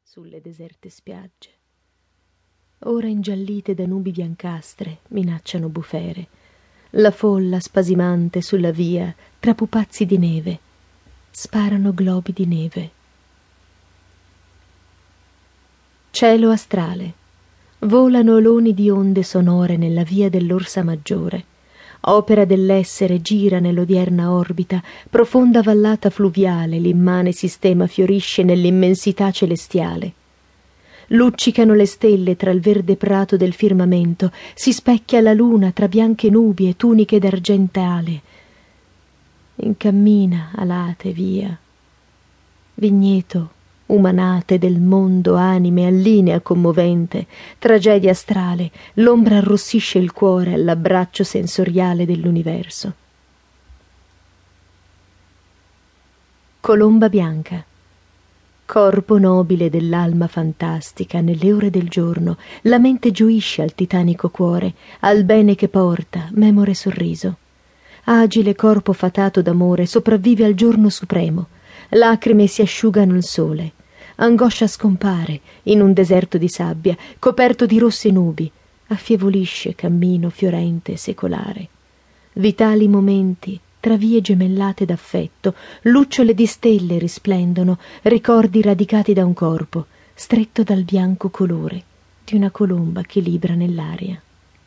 sulle deserte spiagge. Ora ingiallite da nubi biancastre minacciano bufere, la folla spasimante sulla via tra pupazzi di neve, sparano globi di neve. Cielo astrale, volano oloni di onde sonore nella via dell'Orsa Maggiore, opera dell'essere gira nell'odierna orbita, profonda vallata fluviale, l'immane sistema fiorisce nell'immensità celestiale. Luccicano le stelle tra il verde prato del firmamento, si specchia la luna tra bianche nubi e tuniche d'argentale. Incammina alate via, vigneto, umanate del mondo, anime a linea commovente, tragedia astrale, l'ombra arrossisce il cuore all'abbraccio sensoriale dell'universo. Colomba bianca, corpo nobile dell'alma fantastica, nelle ore del giorno, la mente gioisce al titanico cuore, al bene che porta, memore sorriso. Agile corpo fatato d'amore, sopravvive al giorno supremo, lacrime si asciugano al sole, angoscia scompare in un deserto di sabbia, coperto di rosse nubi, affievolisce cammino fiorente e secolare. Vitali momenti, tra vie gemellate d'affetto, lucciole di stelle risplendono, ricordi radicati da un corpo, stretto dal bianco colore di una colomba che libra nell'aria.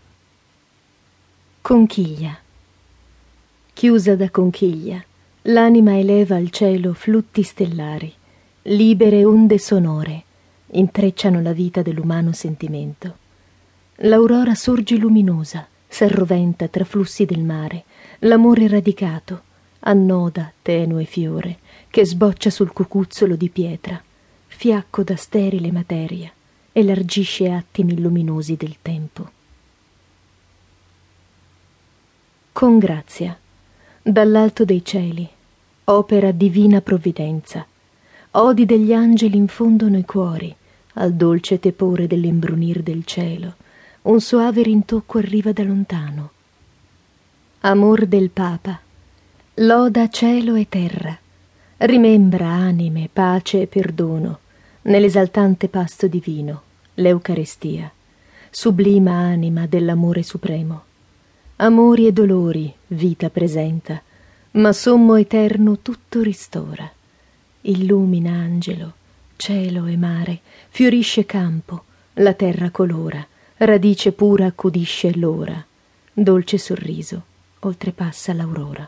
Conchiglia. Chiusa da conchiglia, l'anima eleva al cielo flutti stellari, libere onde sonore, intrecciano la vita dell'umano sentimento. L'aurora sorge luminosa, s'arroventa tra flussi del mare, l'amore radicato, annoda tenue fiore, che sboccia sul cucuzzolo di pietra, fiacco da sterile materia, elargisce attimi luminosi del tempo. Con grazia, dall'alto dei cieli, opera divina provvidenza, odi degli angeli infondono i cuori, al dolce tepore dell'imbrunir del cielo, un soave rintocco arriva da lontano. Amor del Papa, loda cielo e terra, rimembra anime, pace e perdono, nell'esaltante pasto divino, l'Eucaristia, sublima anima dell'amore supremo. Amori e dolori vita presenta, ma sommo eterno tutto ristora. Illumina angelo, cielo e mare, fiorisce campo, la terra colora, radice pura accudisce l'ora, dolce sorriso oltrepassa l'aurora.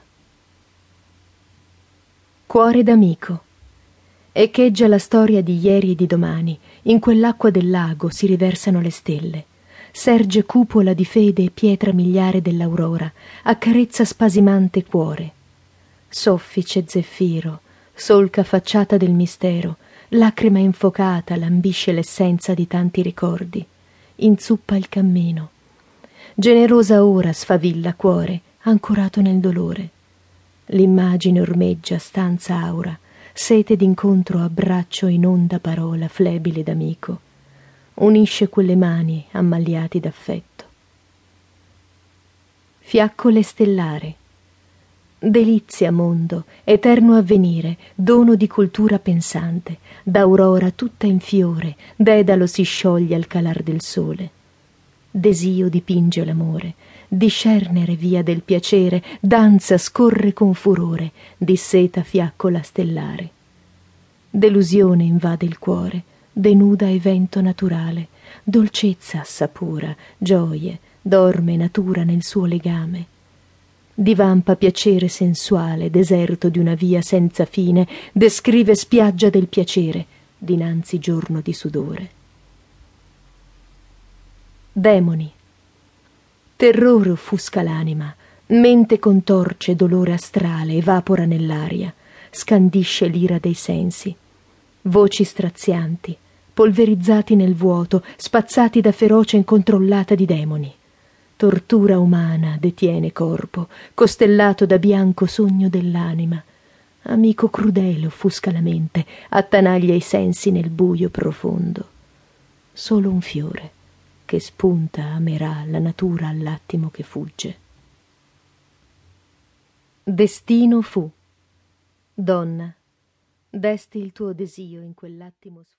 Cuore d'amico, echeggia la storia di ieri e di domani, in quell'acqua del lago si riversano le stelle, serge cupola di fede e pietra miliare dell'aurora, accarezza spasimante cuore. Soffice zeffiro, solca facciata del mistero, lacrima infocata lambisce l'essenza di tanti ricordi, inzuppa il cammino. Generosa ora sfavilla cuore, ancorato nel dolore. L'immagine ormeggia stanza aura, sete d'incontro abbraccio in onda parola flebile d'amico. Unisce quelle mani ammaliati d'affetto. Fiaccole stellare, delizia mondo, eterno avvenire, dono di cultura pensante, d'aurora tutta in fiore, dedalo si scioglie al calar del sole. Desio dipinge l'amore, discernere via del piacere, danza scorre con furore, disseta fiaccola stellare. Delusione invade il cuore, denuda evento naturale, dolcezza assapora, gioie, dorme natura nel suo legame. Divampa piacere sensuale, deserto di una via senza fine, descrive spiaggia del piacere, dinanzi giorno di sudore. Demoni. Terrore offusca l'anima, mente contorce dolore astrale, evapora nell'aria, scandisce l'ira dei sensi. Voci strazianti, polverizzati nel vuoto, spazzati da ferocia incontrollata di demoni. Tortura umana detiene corpo, costellato da bianco sogno dell'anima. Amico crudele offusca la mente, attanaglia i sensi nel buio profondo. Solo un fiore che spunta amerà la natura all'attimo che fugge. Destino fu. Donna, desti il tuo desio in quell'attimo